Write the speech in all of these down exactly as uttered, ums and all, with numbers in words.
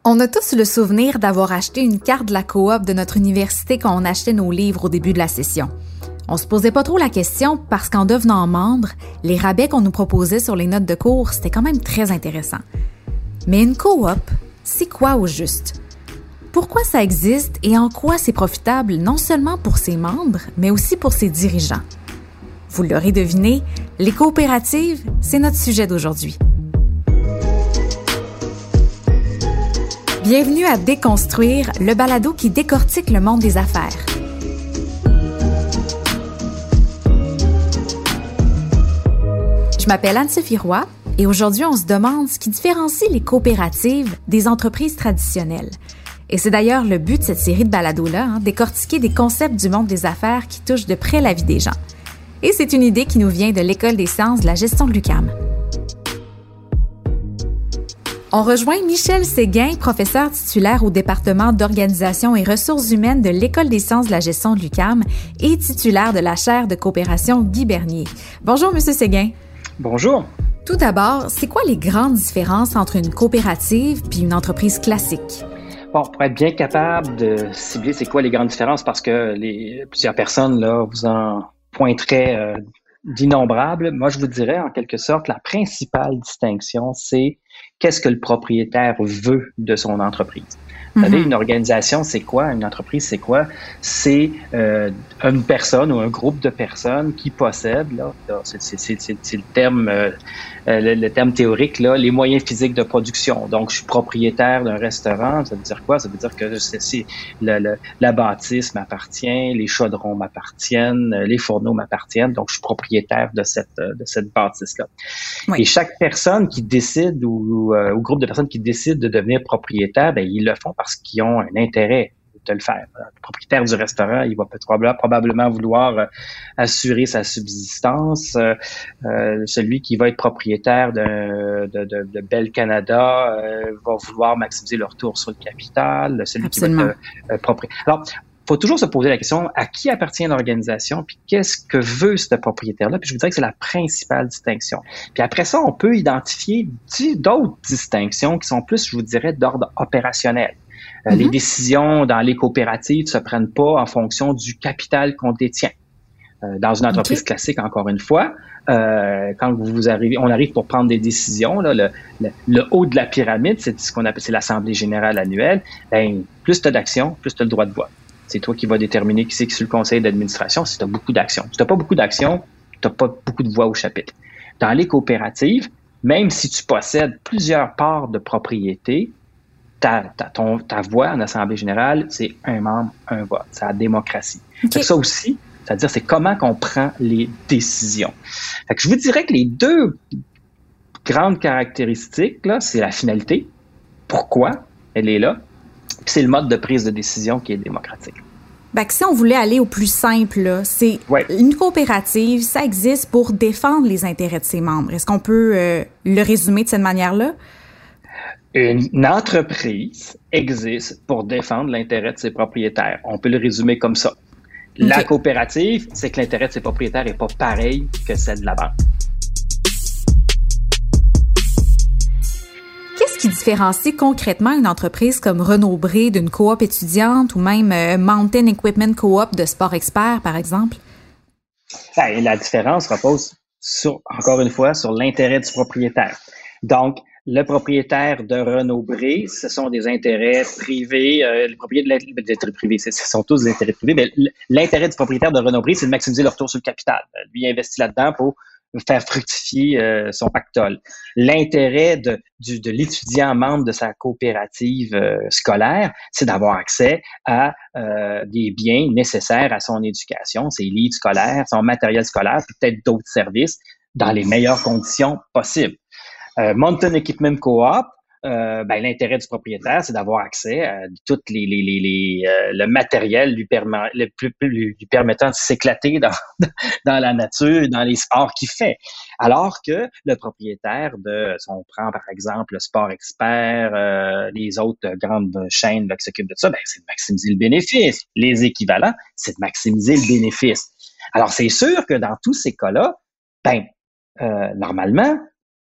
On a tous le souvenir d'avoir acheté une carte de la coop de notre université quand on achetait nos livres au début de la session. On se posait pas trop la question parce qu'en devenant membre, les rabais qu'on nous proposait sur les notes de cours, c'était quand même très intéressant. Mais une coop, c'est quoi au juste? Pourquoi ça existe et en quoi c'est profitable non seulement pour ses membres, mais aussi pour ses dirigeants? Vous l'aurez deviné, les coopératives, c'est notre sujet d'aujourd'hui. Bienvenue à Déconstruire, le balado qui décortique le monde des affaires. Je m'appelle Anne-Sophie Roy et aujourd'hui, on se demande ce qui différencie les coopératives des entreprises traditionnelles. Et c'est d'ailleurs le but de cette série de balados-là, hein, décortiquer des concepts du monde des affaires qui touchent de près la vie des gens. Et c'est une idée qui nous vient de l'École des sciences de la gestion de l'U Q A M. On rejoint Michel Séguin, professeur titulaire au département d'organisation et ressources humaines de l'École des sciences de la gestion de l'U Q A M et titulaire de la chaire de coopération Guy Bernier. Bonjour, Monsieur Séguin. Bonjour. Tout d'abord, c'est quoi les grandes différences entre une coopérative puis une entreprise classique? Bon, pour être bien capable de cibler c'est quoi les grandes différences, parce que les plusieurs personnes là vous en pointeraient euh, d'innombrables, moi je vous dirais en quelque sorte la principale distinction, c'est qu'est-ce que le propriétaire veut de son entreprise. Vous savez, une organisation, c'est quoi? Une entreprise, c'est quoi? C'est euh, une personne ou un groupe de personnes qui possèdent, là, là c'est, c'est, c'est, c'est le terme euh, le, le terme théorique, là, les moyens physiques de production. Donc, je suis propriétaire d'un restaurant, ça veut dire quoi? Ça veut dire que c'est, c'est le, le, la bâtisse m'appartient, les chaudrons m'appartiennent, les fourneaux m'appartiennent, donc je suis propriétaire de cette de cette bâtisse-là. Oui. Et chaque personne qui décide ou, ou, euh, ou groupe de personnes qui décident de devenir propriétaire, ben ils le font parce qu'ils ont un intérêt de le faire. Le propriétaire du restaurant, il va probablement vouloir euh, assurer sa subsistance. Euh, euh, celui qui va être propriétaire de, de, de, de Bell Canada euh, va vouloir maximiser le retour sur le capital. Celui Absolument. qui va être euh, euh, propriétaire. Alors, faut toujours se poser la question, à qui appartient l'organisation, puis qu'est-ce que veut ce propriétaire-là, puis je vous dirais que c'est la principale distinction. Puis après ça, on peut identifier d'autres distinctions qui sont plus, je vous dirais, d'ordre opérationnel. Euh, mm-hmm. Les décisions dans les coopératives ne se prennent pas en fonction du capital qu'on détient. Euh, dans une entreprise okay. classique, encore une fois, euh, quand vous arrivez, on arrive pour prendre des décisions, là, le, le, le haut de la pyramide, c'est ce qu'on appelle, c'est l'assemblée générale annuelle. Ben, plus tu as d'actions, plus tu as le droit de vote. C'est toi qui vas déterminer qui c'est qui est sur le conseil d'administration si tu as beaucoup d'actions. Si tu n'as pas beaucoup d'actions, tu n'as pas beaucoup de voix au chapitre. Dans les coopératives, même si tu possèdes plusieurs parts de propriété, ta, ta, ton, ta voix en assemblée générale, c'est un membre, un vote. C'est la démocratie. Okay. Ça aussi, c'est-à-dire c'est comment qu'on prend les décisions. Fait que je vous dirais que les deux grandes caractéristiques, là, c'est la finalité. Pourquoi elle est là? Puis c'est le mode de prise de décision qui est démocratique. Ben, que si on voulait aller au plus simple, là, c'est ouais. une coopérative, ça existe pour défendre les intérêts de ses membres. Est-ce qu'on peut euh, le résumer de cette manière-là? Une entreprise existe pour défendre l'intérêt de ses propriétaires. On peut le résumer comme ça. Okay. La coopérative, c'est que l'intérêt de ses propriétaires n'est pas pareil que celle de la banque. Qu'est-ce qui différencie concrètement une entreprise comme Renaud-Bré d'une coop étudiante ou même euh, Mountain Equipment Coop de Sport Expert, par exemple? Ben, la différence repose, sur, encore une fois, sur l'intérêt du propriétaire. Donc, le propriétaire de Renaud-Bré, ce sont des intérêts privés. Euh, les propriétaires de l'intérêt privé, ce sont tous des intérêts privés. Mais l'intérêt du propriétaire de Renaud-Bré, c'est de maximiser le retour sur le capital. Lui, il investit là-dedans pour faire fructifier euh, son pactole. L'intérêt de, du, de l'étudiant membre de sa coopérative euh, scolaire, c'est d'avoir accès à euh, des biens nécessaires à son éducation, ses livres scolaires, son matériel scolaire, puis peut-être d'autres services dans les meilleures conditions possibles. Euh, Mountain Equipment Coop, euh, ben, l'intérêt du propriétaire, c'est d'avoir accès à tout les, les, les, les, euh, le matériel lui, permet, le plus, lui, lui permettant de s'éclater dans, dans la nature, dans les sports qu'il fait. Alors que le propriétaire de, si on prend par exemple le Sport Expert, euh, les autres grandes chaînes là, qui s'occupent de ça, ben, c'est de maximiser le bénéfice. Les équivalents, c'est de maximiser le bénéfice. Alors, c'est sûr que dans tous ces cas-là, ben, euh, normalement,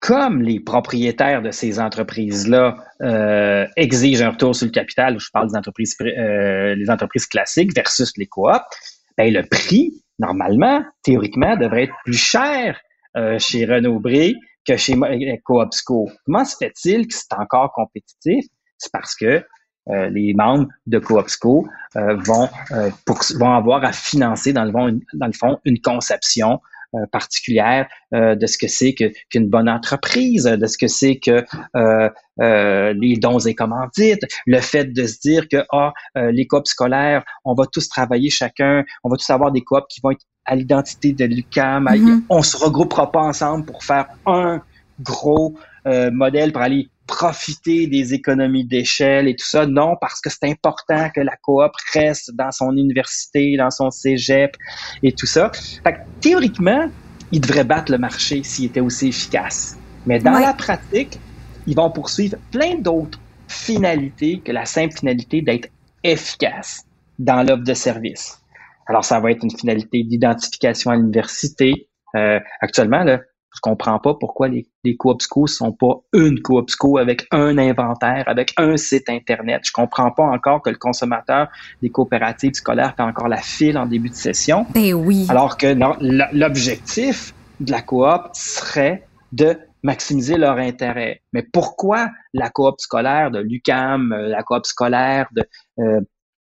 comme les propriétaires de ces entreprises-là euh, exigent un retour sur le capital, je parle des entreprises, euh, les entreprises classiques versus les coops, ben le prix, normalement, théoriquement, devrait être plus cher euh, chez Renaud-Bré que chez Coopsco. Comment se fait-il que c'est encore compétitif? C'est parce que euh, les membres de Coopsco euh, vont, euh, pour, vont avoir à financer, dans le fond, dans le fond une conception Euh, particulière euh, de ce que c'est que, qu'une bonne entreprise, de ce que c'est que euh, euh, les dons et commandites, le fait de se dire que ah euh, les coops scolaires, on va tous travailler chacun, on va tous avoir des coops qui vont être à l'identité de l'U Q A M, mm-hmm. on se regroupera pas ensemble pour faire un gros euh, modèle pour aller profiter des économies d'échelle et tout ça. Non, parce que c'est important que la coop reste dans son université, dans son cégep et tout ça. Fait que, théoriquement, ils devraient battre le marché s'ils étaient aussi efficaces. Mais dans ouais. la pratique, ils vont poursuivre plein d'autres finalités que la simple finalité d'être efficace dans l'offre de service. Alors, ça va être une finalité d'identification à l'université. Euh, actuellement, là, je comprends pas pourquoi les, les Coopsco sont pas une Coopsco avec un inventaire, avec un site Internet. Je comprends pas encore que le consommateur des coopératives scolaires fait encore la file en début de session. Ben oui. Alors que non, l'objectif de la coop serait de maximiser leur intérêt. Mais pourquoi la coop scolaire de l'U Q A M, la coop scolaire de euh,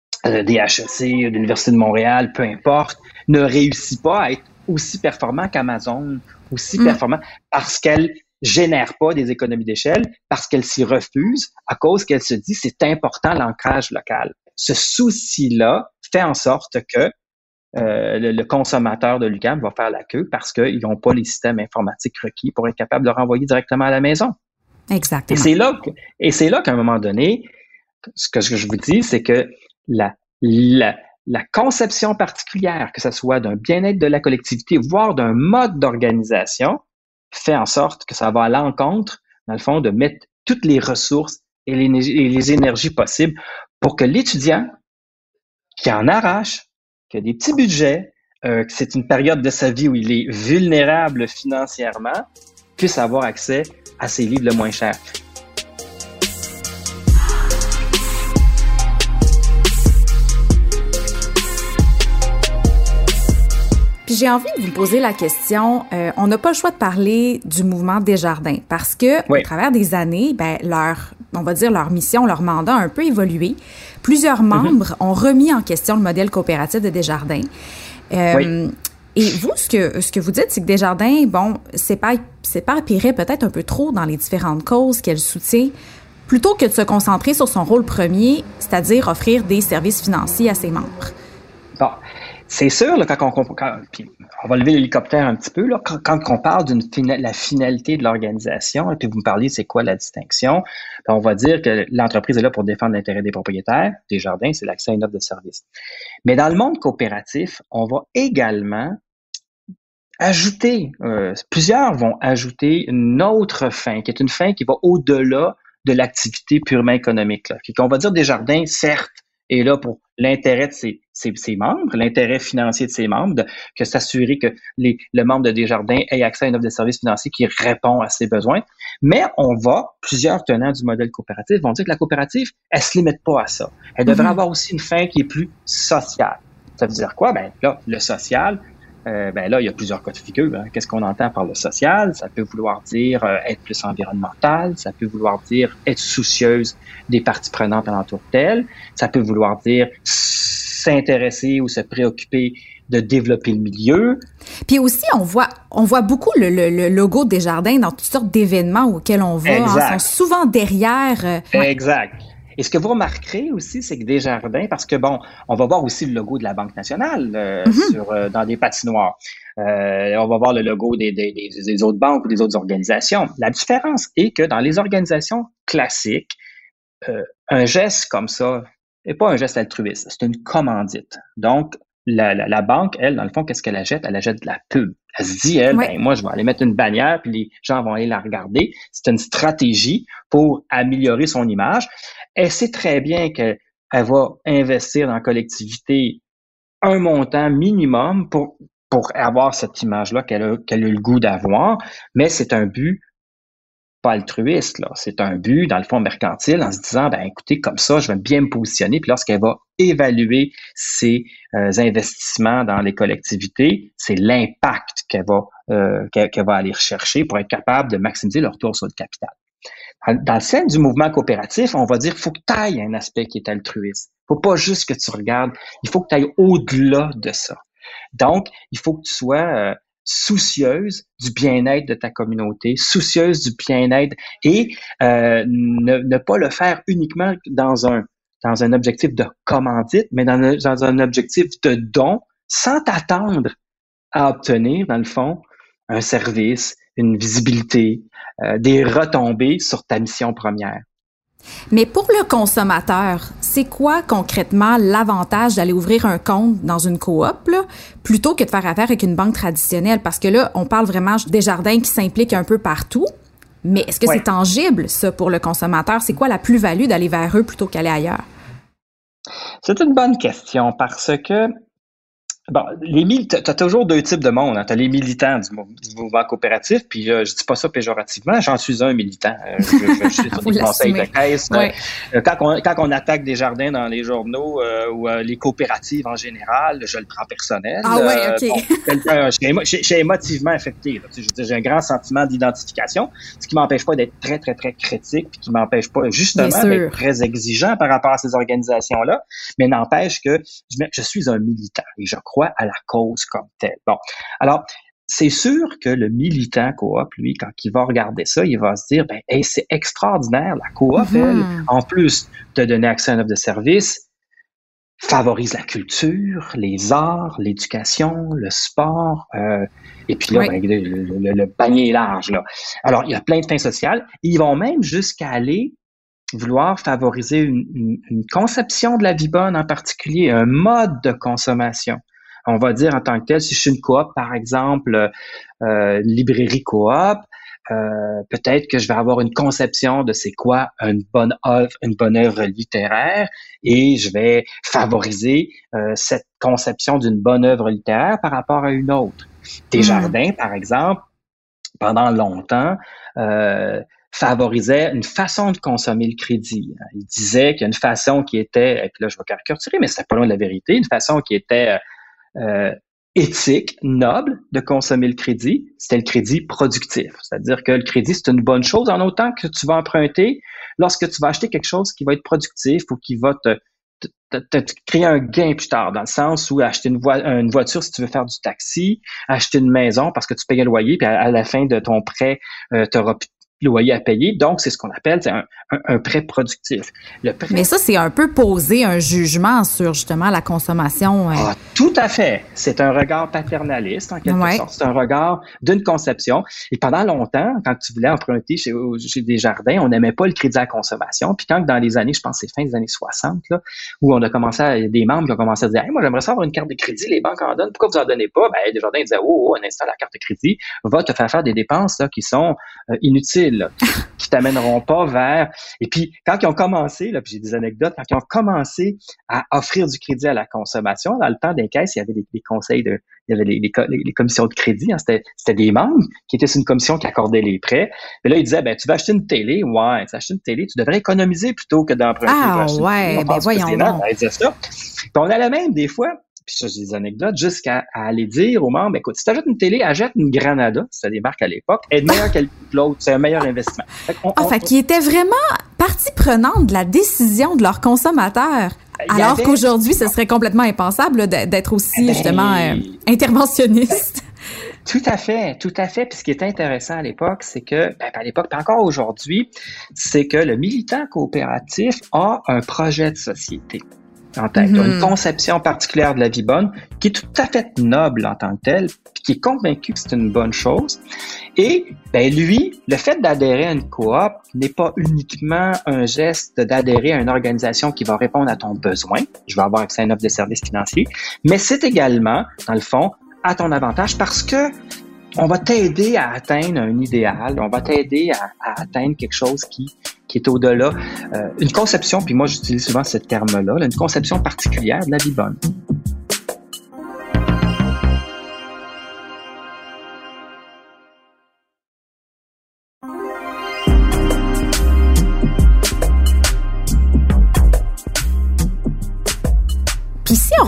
des H E C, de l'Université de Montréal, peu importe, ne réussit pas à être aussi performant qu'Amazon, aussi mmh. performant, parce qu'elle génère pas des économies d'échelle, parce qu'elle s'y refuse, à cause qu'elle se dit c'est important l'ancrage local. Ce souci-là fait en sorte que euh, le, le consommateur de l'U Q A M va faire la queue parce qu'ils n'ont pas les systèmes informatiques requis pour être capable de le renvoyer directement à la maison. Exactement. Et c'est là, que, et c'est là qu'à un moment donné, ce que je vous dis, c'est que la, la La conception particulière, que ce soit d'un bien-être de la collectivité, voire d'un mode d'organisation, fait en sorte que ça va à l'encontre, dans le fond, de mettre toutes les ressources et les, et les énergies possibles pour que l'étudiant qui en arrache, qui a des petits budgets, euh, que c'est une période de sa vie où il est vulnérable financièrement, puisse avoir accès à ses livres le moins cher. Puis j'ai envie de vous poser la question, euh, on n'a pas le choix de parler du mouvement Desjardins parce que oui. au travers des années, ben leur, on va dire leur mission, leur mandat a un peu évolué. Plusieurs membres mm-hmm. ont remis en question le modèle coopératif de Desjardins. Euh, oui. Et vous, ce que ce que vous dites, c'est que Desjardins, bon, c'est pas c'est pas appirait peut-être un peu trop dans les différentes causes qu'elle soutient, plutôt que de se concentrer sur son rôle premier, c'est-à-dire offrir des services financiers à ses membres. Bon. C'est sûr, là, quand on, quand, puis on va lever l'hélicoptère un petit peu, là, quand, quand on parle de fina, la finalité de l'organisation, et puis vous me parlez c'est quoi la distinction, ben on va dire que l'entreprise est là pour défendre l'intérêt des propriétaires. Desjardins, c'est l'accès à une offre de service. Mais dans le monde coopératif, on va également ajouter, euh, plusieurs vont ajouter une autre fin, qui est une fin qui va au-delà de l'activité purement économique. Là. Puis qu'on va dire Desjardins, certes, est là pour l'intérêt de ses, ses, ses membres, l'intérêt financier de ses membres, de, que s'assurer que les, le membre de Desjardins ait accès à une offre de services financiers qui répond à ses besoins. Mais on va, plusieurs tenants du modèle coopératif vont dire que la coopérative, elle se limite pas à ça. Elle devrait mm-hmm. avoir aussi une fin qui est plus sociale. Ça veut dire quoi? Ben là, le social, euh, ben là, il y a plusieurs cas de figure. Hein. Qu'est-ce qu'on entend par le social? Ça peut vouloir dire euh, être plus environnemental, ça peut vouloir dire être soucieuse des parties prenantes alentour d'elle, ça peut vouloir dire s'intéresser ou se préoccuper de développer le milieu. Puis aussi, on voit on voit beaucoup le, le, le logo de Desjardins dans toutes sortes d'événements auxquels on va. Exact. Hein, sont souvent derrière. Euh, ouais. Exact. Et ce que vous remarquerez aussi, c'est que Desjardins, parce que bon, on va voir aussi le logo de la Banque nationale euh, mm-hmm. sur, euh, dans des patinoires. Euh, on va voir le logo des, des, des, des autres banques ou des autres organisations. La différence est que dans les organisations classiques, euh, un geste comme ça n'est pas un geste altruiste, c'est une commandite. Donc, la, la, la banque, elle, dans le fond, qu'est-ce qu'elle achète? Elle achète de la pub. Elle se dit, elle, ouais. ben, moi, je vais aller mettre une bannière, puis les gens vont aller la regarder. C'est une stratégie pour améliorer son image. Elle sait très bien qu'elle va investir dans la collectivité un montant minimum pour, pour avoir cette image-là qu'elle a, qu'elle a le goût d'avoir, mais c'est un but pas altruiste, là. C'est un but, dans le fond, mercantile, en se disant, ben écoutez, comme ça, je vais bien me positionner. Puis lorsqu'elle va évaluer ses euh, investissements dans les collectivités, c'est l'impact qu'elle va, euh, qu'elle, qu'elle va aller rechercher pour être capable de maximiser le retour sur le capital. Dans le sein du mouvement coopératif, on va dire qu'il faut que tu ailles un aspect qui est altruiste. Il faut pas juste que tu regardes, il faut que tu ailles au-delà de ça. Donc, il faut que tu sois euh, soucieuse du bien-être de ta communauté, soucieuse du bien-être et euh, ne, ne pas le faire uniquement dans un dans un objectif de commandite, mais dans un, dans un objectif de don, sans t'attendre à obtenir, dans le fond, un service, une visibilité, euh, des retombées sur ta mission première. Mais pour le consommateur, c'est quoi concrètement l'avantage d'aller ouvrir un compte dans une coop, là, plutôt que de faire affaire avec une banque traditionnelle? Parce que là, on parle vraiment des jardins qui s'impliquent un peu partout. Mais est-ce que ouais. c'est tangible, ça, pour le consommateur? C'est quoi la plus-value d'aller vers eux plutôt qu'aller ailleurs? C'est une bonne question parce que Bon, les mil- t'as toujours deux types de monde. Hein. T'as les militants du, mou- du mouvement coopératif, puis euh, je dis pas ça péjorativement, j'en suis un militant. Euh, je, je, je suis sur des conseils de caisse. Ouais. Euh, quand, on, quand on attaque des jardins dans les journaux euh, ou euh, les coopératives en général, je le prends personnel. Ah ouais, ok. Euh, bon, euh, je suis émotivement affecté. Là. Tu sais, je, j'ai un grand sentiment d'identification, ce qui m'empêche pas d'être très, très, très critique, puis qui m'empêche pas justement d'être très exigeant par rapport à ces organisations-là, mais n'empêche que je, je suis un militant et je crois à la cause comme telle. Bon, alors, c'est sûr que le militant coop, lui, quand il va regarder ça, il va se dire, ben, hey, c'est extraordinaire, la coop, mm-hmm. elle, en plus de donner accès à une offre de service, favorise la culture, les arts, l'éducation, le sport, euh, et puis là, oui. ben, le, le, le panier est large, là. Alors, il y a plein de fins sociales. Ils vont même jusqu'à aller vouloir favoriser une, une, une conception de la vie bonne en particulier, un mode de consommation. On va dire en tant que tel, si je suis une coop, par exemple, euh, une librairie coop, euh, peut-être que je vais avoir une conception de c'est quoi une bonne œuvre, une bonne œuvre littéraire, et je vais favoriser euh, cette conception d'une bonne œuvre littéraire par rapport à une autre. Des mmh. jardins, par exemple, pendant longtemps, euh, favorisait une façon de consommer le crédit. Il disait qu'il y a une façon qui était, et puis là je vais caricaturer, mais c'était pas loin de la vérité, une façon qui était Euh, éthique, noble de consommer le crédit, c'était le crédit productif. C'est-à-dire que le crédit, c'est une bonne chose en autant que tu vas emprunter lorsque tu vas acheter quelque chose qui va être productif ou qui va te, te, te, te créer un gain plus tard, dans le sens où acheter une, vo- une voiture si tu veux faire du taxi, acheter une maison parce que tu payes un loyer, puis à, à la fin de ton prêt, euh, tu auras plus loyer à payer. Donc, c'est ce qu'on appelle c'est un, un, un prêt productif. Le prêt... Mais ça, c'est un peu poser un jugement sur, justement, la consommation. Euh... Ah, tout à fait. C'est un regard paternaliste, en quelque ouais. sorte. C'est un regard d'une conception. Et pendant longtemps, quand tu voulais emprunter chez, chez des jardins, on n'aimait pas le crédit à la consommation. Puis quand, dans les années, je pense, c'est fin des années soixante, là, où on a commencé à, des membres qui ont commencé à dire, hey, moi, j'aimerais ça avoir une carte de crédit, les banques en donnent. Pourquoi vous en donnez pas? Ben, des jardins disaient, oh, oh, un instant, la carte de crédit va te faire faire des dépenses, là, qui sont euh, inutiles. Là, qui, qui t'amèneront pas vers... Et puis, quand ils ont commencé, là, puis j'ai des anecdotes, quand ils ont commencé à offrir du crédit à la consommation, dans le temps des caisses, il y avait des, des conseils de... Il y avait les, les, les commissions de crédit, hein, c'était, c'était des membres qui étaient sur une commission qui accordait les prêts. Et là, ils disaient, ben, tu vas acheter une télé? Ouais, tu vas acheter une télé, tu devrais économiser plutôt que d'emprunter. Ah, ouais, ben voyons donc. Ils disaient ça. Puis on allait même, des fois... Puis ça, j'ai des anecdotes, jusqu'à à aller dire aux membres, écoute, si tu achètes une télé, achète une Granada, c'était des marques à l'époque, elle est meilleure que l'autre, c'est un meilleur investissement. Fait qu'on, ah, on, fait qu'ils étaient vraiment partie prenante de la décision de leurs consommateurs. Alors avait... qu'aujourd'hui, ce serait complètement impensable là, d'être aussi, ben, justement, euh, interventionniste. Tout à fait, tout à fait. Puis ce qui est intéressant à l'époque, c'est que, ben, à l'époque, puis encore aujourd'hui, c'est que le militant coopératif a un projet de société en tête. Mm-hmm. Une conception particulière de la vie bonne qui est tout à fait noble en tant que telle, puis qui est convaincu que c'est une bonne chose. Et ben lui, le fait d'adhérer à une coop n'est pas uniquement un geste d'adhérer à une organisation qui va répondre à ton besoin. Je vais avoir accès à une offre de services financiers, mais c'est également, dans le fond, à ton avantage parce que on va t'aider à atteindre un idéal, on va t'aider à, à atteindre quelque chose qui qui est au-delà, euh, une conception, puis moi j'utilise souvent ce terme-là, là, une conception particulière de la vie bonne.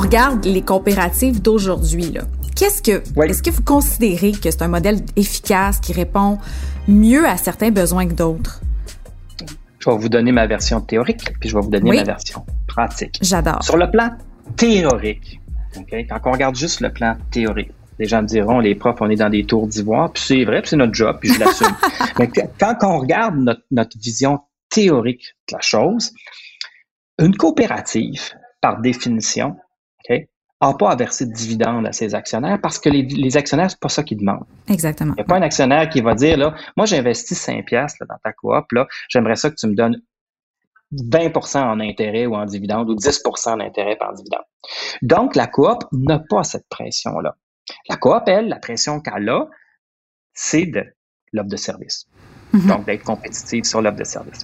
regarde les coopératives d'aujourd'hui, là, qu'est-ce que, oui. est-ce que vous considérez que c'est un modèle efficace qui répond mieux à certains besoins que d'autres? Je vais vous donner ma version théorique, puis je vais vous donner oui. ma version pratique. J'adore. Sur le plan théorique, okay, quand on regarde juste le plan théorique, les gens me diront, les profs, on est dans des tours d'ivoire, puis c'est vrai, puis c'est notre job, puis je l'assume. Mais quand on regarde notre, notre vision théorique de la chose, une coopérative, par définition, okay, n'a pas à verser de dividendes à ses actionnaires parce que les, les actionnaires, c'est pas ça qu'ils demandent. Exactement. Il n'y a pas un actionnaire qui va dire, là, moi, j'ai investi cinq piastres là, dans ta coop, là, j'aimerais ça que tu me donnes vingt pour cent en intérêt ou en dividende ou dix pour cent en intérêt par dividende. Donc, la coop n'a pas cette pression-là. La coop, elle, la pression qu'elle a, c'est de l'offre de service. Mm-hmm. Donc, d'être compétitive sur l'offre de service.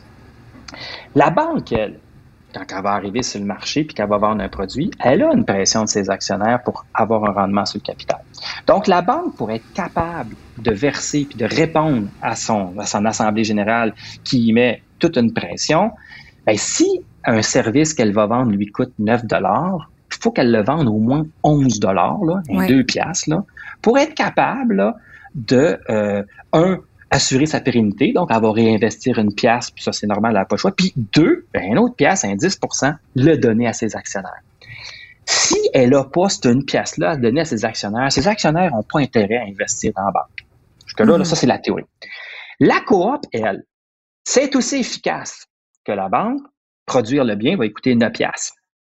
La banque, elle, quand elle va arriver sur le marché puis qu'elle va vendre un produit, elle a une pression de ses actionnaires pour avoir un rendement sur le capital. Donc, la banque, pour être capable de verser puis de répondre à son, à son assemblée générale qui y met toute une pression, bien, si un service qu'elle va vendre lui coûte neuf dollars, il faut qu'elle le vende au moins onze dollars, là, ouais. deux piastres, là, pour être capable là, de, euh, un, assurer sa pérennité, donc elle va réinvestir une pièce, puis ça c'est normal, elle n'a pas le choix, puis deux, ben, un autre pièce, un dix pour cent, le donner à ses actionnaires. Si elle n'a pas cette une pièce-là à donner à ses actionnaires, ses actionnaires n'ont pas intérêt à investir dans la banque. Jusque-là, mm-hmm. là, ça c'est la théorie. La coop, elle, c'est aussi efficace que la banque. Produire le bien va coûter neuf piastres.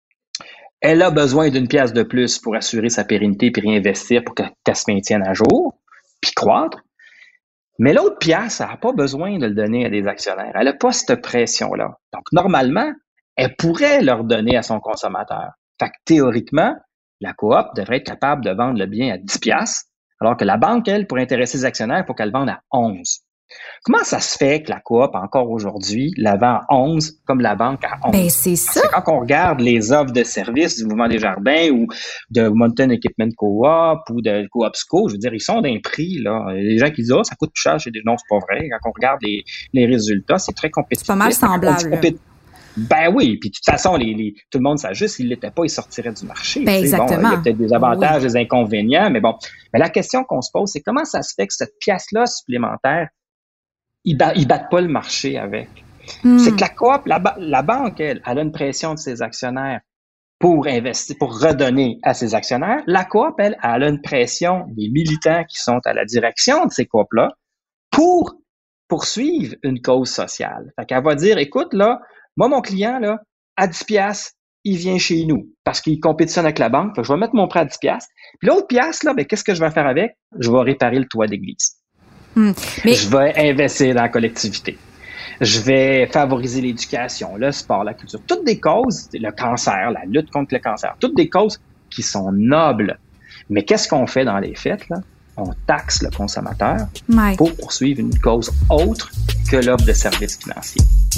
Elle a besoin d'une pièce de plus pour assurer sa pérennité puis réinvestir pour qu'elle se maintienne à jour, puis croître. Mais l'autre pièce, elle n'a pas besoin de le donner à des actionnaires. Elle n'a pas cette pression-là. Donc, normalement, elle pourrait leur donner à son consommateur. Fait que théoriquement, la coop devrait être capable de vendre le bien à dix piastres, alors que la banque, elle, pour intéresser les actionnaires, il faut qu'elle vende à onze. Comment ça se fait que la coop, encore aujourd'hui, la vend à onze comme la banque à onze? Ben, c'est ça. Parce que quand on regarde les offres de services du Mouvement des Jardins ou de Mountain Equipment Co-op ou de Coopsco, je veux dire, ils sont d'un prix, là. Les gens qui disent, oh, ça coûte plus cher chez des... Non, c'est pas vrai. Quand on regarde les, les résultats, c'est très compétitif. C'est pas mal semblable. Ben oui, puis de toute façon, les, les, tout le monde s'ajuste, s'il l'était pas, il sortirait du marché. Ben exactement. Bon, il y a peut-être des avantages, oui. des inconvénients, mais bon. Mais la question qu'on se pose, c'est comment ça se fait que cette pièce-là supplémentaire, ils, bat, ils battent pas le marché avec. Mm. C'est que la coop, la, la banque, elle, elle a une pression de ses actionnaires pour investir, pour redonner à ses actionnaires. La coop, elle, elle a une pression des militants qui sont à la direction de ces coop-là pour poursuivre une cause sociale. Fait qu'elle va dire, écoute, là, moi, mon client, là, à dix piastres, il vient chez nous parce qu'il compétitionne avec la banque. Fait que je vais mettre mon prêt à dix piastres. Puis l'autre piastre, là, ben, qu'est-ce que je vais faire avec? Je vais réparer le toit d'église. Hum, mais... Je vais investir dans la collectivité. Je vais favoriser l'éducation, le sport, la culture. Toutes des causes, le cancer, la lutte contre le cancer, toutes des causes qui sont nobles. Mais qu'est-ce qu'on fait dans les faits, là? On taxe le consommateur Mike. Pour poursuivre une cause autre que l'offre de services financiers.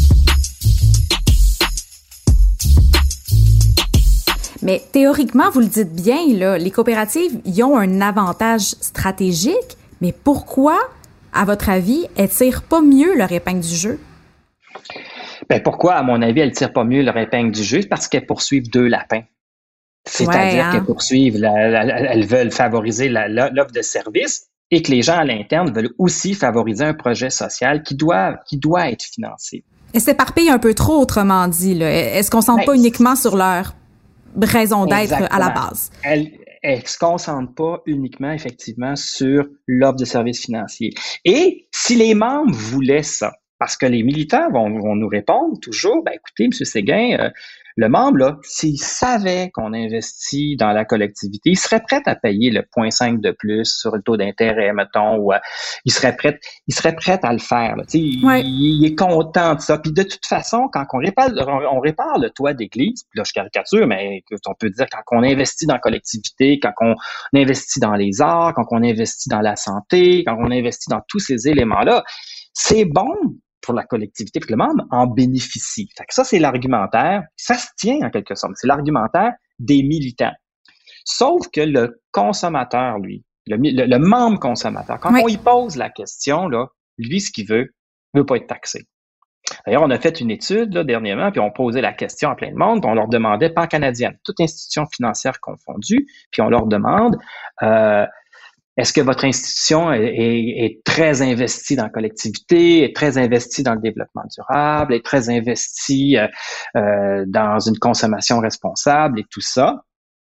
Mais théoriquement, vous le dites bien, là, les coopératives, ils ont un avantage stratégique, mais pourquoi, à votre avis, elles tirent pas mieux leur épingle du jeu? Ben pourquoi, à mon avis, elles tirent pas mieux leur épingle du jeu? Parce qu'elles poursuivent deux lapins. C'est-à-dire ouais, hein? qu'elles poursuivent, la, la, la, elles veulent favoriser la, la, l'offre de service et que les gens à l'interne veulent aussi favoriser un projet social qui doit, qui doit être financé. Elles s'éparpillent un peu trop, autrement dit, là. Elles se concentrent ben, pas uniquement sur leur raison d'être exactement. À la base. Elles, elles ne se concentrent pas uniquement, effectivement, sur l'offre de services financiers. Et si les membres voulaient ça, parce que les militants vont, vont nous répondre toujours, ben écoutez, M. Séguin, euh, le membre, là, s'il savait qu'on investit dans la collectivité, il serait prêt à payer le zéro virgule cinq de plus sur le taux d'intérêt, mettons, ou euh, il serait prêt, il serait prêt à le faire. Là, ouais. il, il est content de ça. Puis de toute façon, quand on répare, on, on répare le toit d'église, puis là je caricature, mais on peut dire quand on investit dans la collectivité, quand on investit dans les arts, quand on investit dans la santé, quand on investit dans tous ces éléments-là, c'est bon pour la collectivité, puis que le membre en bénéficie. Fait que ça, c'est l'argumentaire. Ça se tient en quelque sorte. C'est l'argumentaire des militants. Sauf que le consommateur, lui, le, le, le membre consommateur, quand oui. on y pose la question, là, lui, ce qu'il veut, il veut pas être taxé. D'ailleurs, on a fait une étude là, dernièrement, puis on posait la question à plein de monde, puis on leur demandait, pan-canadienne, toute institution financière confondue, puis on leur demande, euh, est-ce que votre institution est, est, est très investie dans la collectivité, est très investie dans le développement durable, est très investie euh, euh, dans une consommation responsable et tout ça?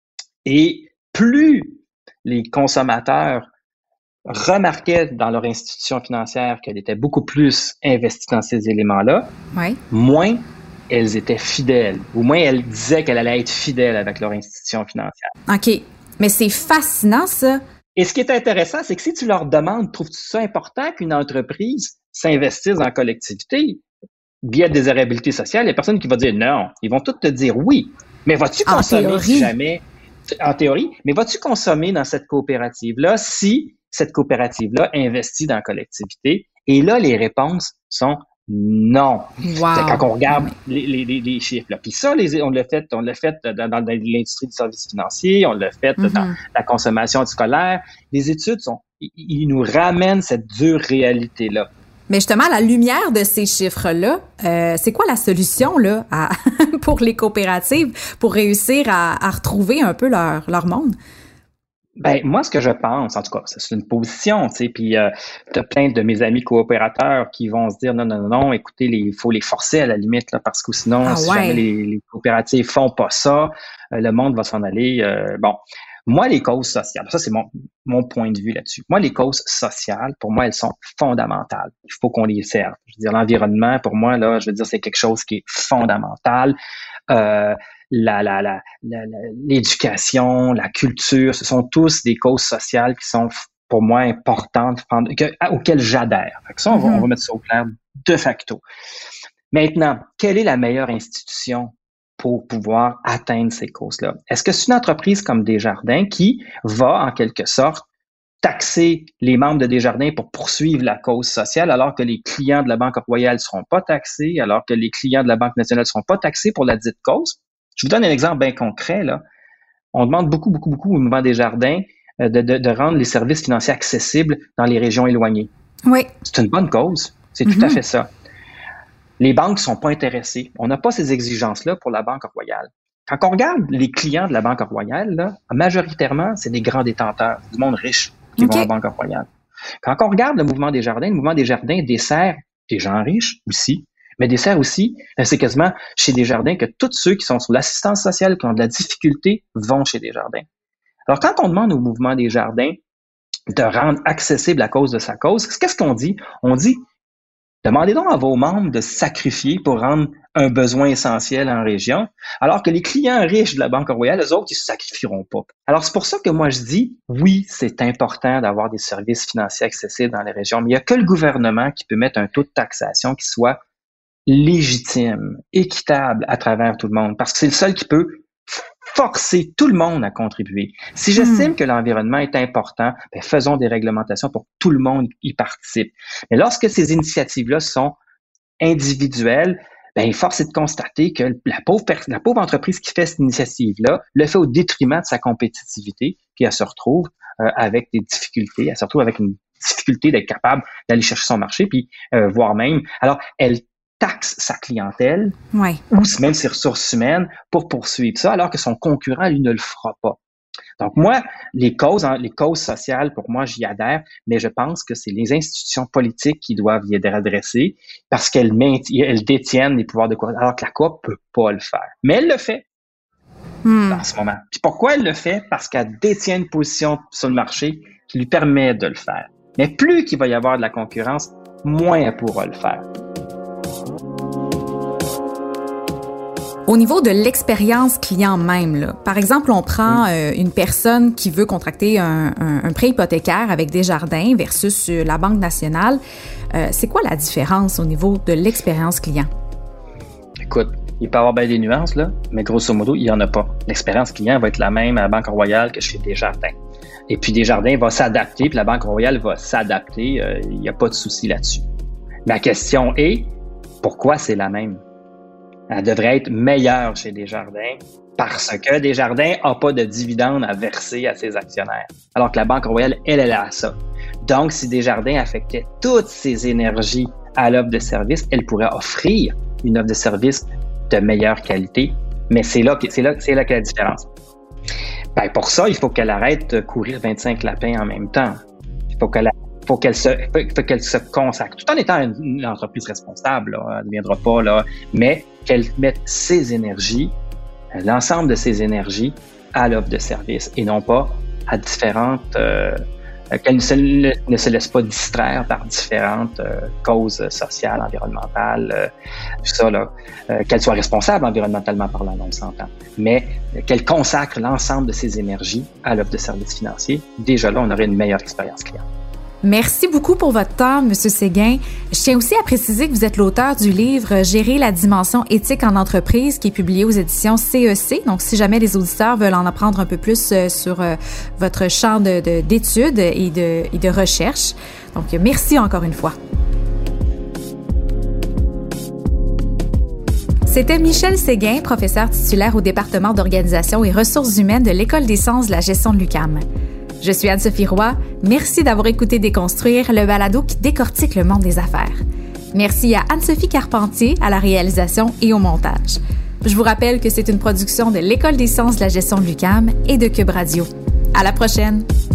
Et plus les consommateurs remarquaient dans leur institution financière qu'elle était beaucoup plus investie dans ces éléments-là, oui. moins elles étaient fidèles, ou moins elles disaient qu'elles allaient être fidèles avec leur institution financière. OK. Mais c'est fascinant, ça. Et ce qui est intéressant, c'est que si tu leur demandes, trouves-tu ça important qu'une entreprise s'investisse en collectivité via désirabilité sociale, il y a personne qui va dire non. Ils vont tous te dire oui. Mais vas-tu En consommer théorie. si jamais, en théorie, mais vas-tu consommer dans cette coopérative-là si cette coopérative-là investit dans la collectivité? Et là, les réponses sont non. Wow. Quand on regarde les, les, les chiffres, là. Puis ça, les, on l'a fait, on l'a fait dans, dans l'industrie du service financier, on l'a fait mm-hmm. dans la consommation scolaire. Les études sont, ils nous ramènent cette dure réalité-là. Mais justement, à la lumière de ces chiffres-là, euh, c'est quoi la solution là à, pour les coopératives pour réussir à, à retrouver un peu leur, leur monde? Ben moi, ce que je pense, en tout cas, c'est une position, tu sais, puis euh, t'as plein de mes amis coopérateurs qui vont se dire non, non, non, écoutez, il faut les forcer à la limite, là, parce que sinon, ah, si ouais. jamais les, les coopératives font pas ça, euh, le monde va s'en aller. Euh, bon, moi, les causes sociales, ça c'est mon, mon point de vue là-dessus. Moi, les causes sociales, pour moi, elles sont fondamentales. Il faut qu'on les serve. Je veux dire, l'environnement, pour moi, là, je veux dire, c'est quelque chose qui est fondamental. Euh, La, la, la, la, l'éducation, la culture, ce sont tous des causes sociales qui sont, pour moi, importantes, que, auxquelles j'adhère. Fait que ça, on va, mm-hmm. on va mettre ça au clair de facto. Maintenant, quelle est la meilleure institution pour pouvoir atteindre ces causes-là? Est-ce que c'est une entreprise comme Desjardins qui va, en quelque sorte, taxer les membres de Desjardins pour poursuivre la cause sociale, alors que les clients de la Banque Royale ne seront pas taxés, alors que les clients de la Banque nationale ne seront pas taxés pour la dite cause? Je vous donne un exemple bien concret, là. On demande beaucoup, beaucoup, beaucoup au mouvement Desjardins euh, de, de, de rendre les services financiers accessibles dans les régions éloignées. Oui. C'est une bonne cause. C'est mm-hmm. tout à fait ça. Les banques ne sont pas intéressées. On n'a pas ces exigences-là pour la Banque Royale. Quand on regarde les clients de la Banque Royale, là, majoritairement, c'est des grands détenteurs, du monde riche qui okay. vont à la Banque Royale. Quand on regarde le mouvement Desjardins, le mouvement Desjardins dessert des gens riches aussi, mais dessert aussi, c'est quasiment chez Desjardins que tous ceux qui sont sur l'assistance sociale, qui ont de la difficulté, vont chez Desjardins. Alors, quand on demande au mouvement Desjardins de rendre accessible la cause de sa cause, qu'est-ce qu'on dit? On dit, demandez donc à vos membres de se sacrifier pour rendre un besoin essentiel en région, alors que les clients riches de la Banque Royale, eux autres, ils se sacrifieront pas. Alors, c'est pour ça que moi, je dis, oui, c'est important d'avoir des services financiers accessibles dans les régions, mais il n'y a que le gouvernement qui peut mettre un taux de taxation qui soit légitime, équitable à travers tout le monde, parce que c'est le seul qui peut forcer tout le monde à contribuer. Si j'estime mmh. que l'environnement est important, ben faisons des réglementations pour que tout le monde y participe. Mais lorsque ces initiatives-là sont individuelles, ben force est de constater que la pauvre, la pauvre entreprise qui fait cette initiative-là le fait au détriment de sa compétitivité, puis elle se retrouve euh, avec des difficultés, elle se retrouve avec une difficulté d'être capable d'aller chercher son marché, puis euh, voire même, alors elle taxe sa clientèle ouais. ou même ses ressources humaines pour poursuivre ça, alors que son concurrent, lui, ne le fera pas. Donc, moi, les causes, hein, les causes sociales, pour moi, j'y adhère, mais je pense que c'est les institutions politiques qui doivent y être adressées parce qu'elles elles détiennent les pouvoirs de coop, alors que la coop peut pas le faire. Mais elle le fait hmm. en ce moment. Puis pourquoi elle le fait? Parce qu'elle détient une position sur le marché qui lui permet de le faire. Mais plus qu'il va y avoir de la concurrence, moins elle pourra le faire. Au niveau de l'expérience client même, là, par exemple, on prend euh, une personne qui veut contracter un, un, un prêt hypothécaire avec Desjardins versus euh, la Banque nationale. Euh, c'est quoi la différence au niveau de l'expérience client? Écoute, il peut y avoir bien des nuances, là, mais grosso modo, il n'y en a pas. L'expérience client va être la même à la Banque Royale que chez Desjardins. Et puis Desjardins va s'adapter, puis la Banque Royale va s'adapter. Euh, il n'y a pas de souci là-dessus. Ma question est, pourquoi c'est la même? Elle devrait être meilleure chez Desjardins parce que Desjardins n'a pas de dividendes à verser à ses actionnaires. Alors que la Banque Royale, elle, elle a ça. Donc, si Desjardins affectait toutes ses énergies à l'offre de service, elle pourrait offrir une offre de service de meilleure qualité, mais c'est là que, c'est là, c'est là que la différence. Ben, pour ça, il faut qu'elle arrête de courir vingt-cinq lapins en même temps. Il faut qu'elle, faut qu'elle, se, faut qu'elle se consacre, tout en étant une, une entreprise responsable, là, elle ne deviendra pas, là, mais qu'elle mette ses énergies, l'ensemble de ses énergies à l'offre de service et non pas à différentes... Euh, qu'elle ne se, ne se laisse pas distraire par différentes euh, causes sociales, environnementales, euh, tout ça, là. Euh, qu'elle soit responsable environnementalement parlant, on s'entend, mais euh, qu'elle consacre l'ensemble de ses énergies à l'offre de services financiers. Déjà là, on aurait une meilleure expérience client. Merci beaucoup pour votre temps, M. Séguin. Je tiens aussi à préciser que vous êtes l'auteur du livre « Gérer la dimension éthique en entreprise » qui est publié aux éditions C E C. Donc, si jamais les auditeurs veulent en apprendre un peu plus sur votre champ de, de, d'études et de, et de recherche. Donc, merci encore une fois. C'était Michel Séguin, professeur titulaire au département d'organisation et ressources humaines de l'École des sciences de la gestion de l'U Q A M. Je suis Anne-Sophie Roy. Merci d'avoir écouté Déconstruire, le balado qui décortique le monde des affaires. Merci à Anne-Sophie Carpentier à la réalisation et au montage. Je vous rappelle que c'est une production de l'École des sciences de la gestion de l'U Q A M et de Cube Radio. À la prochaine!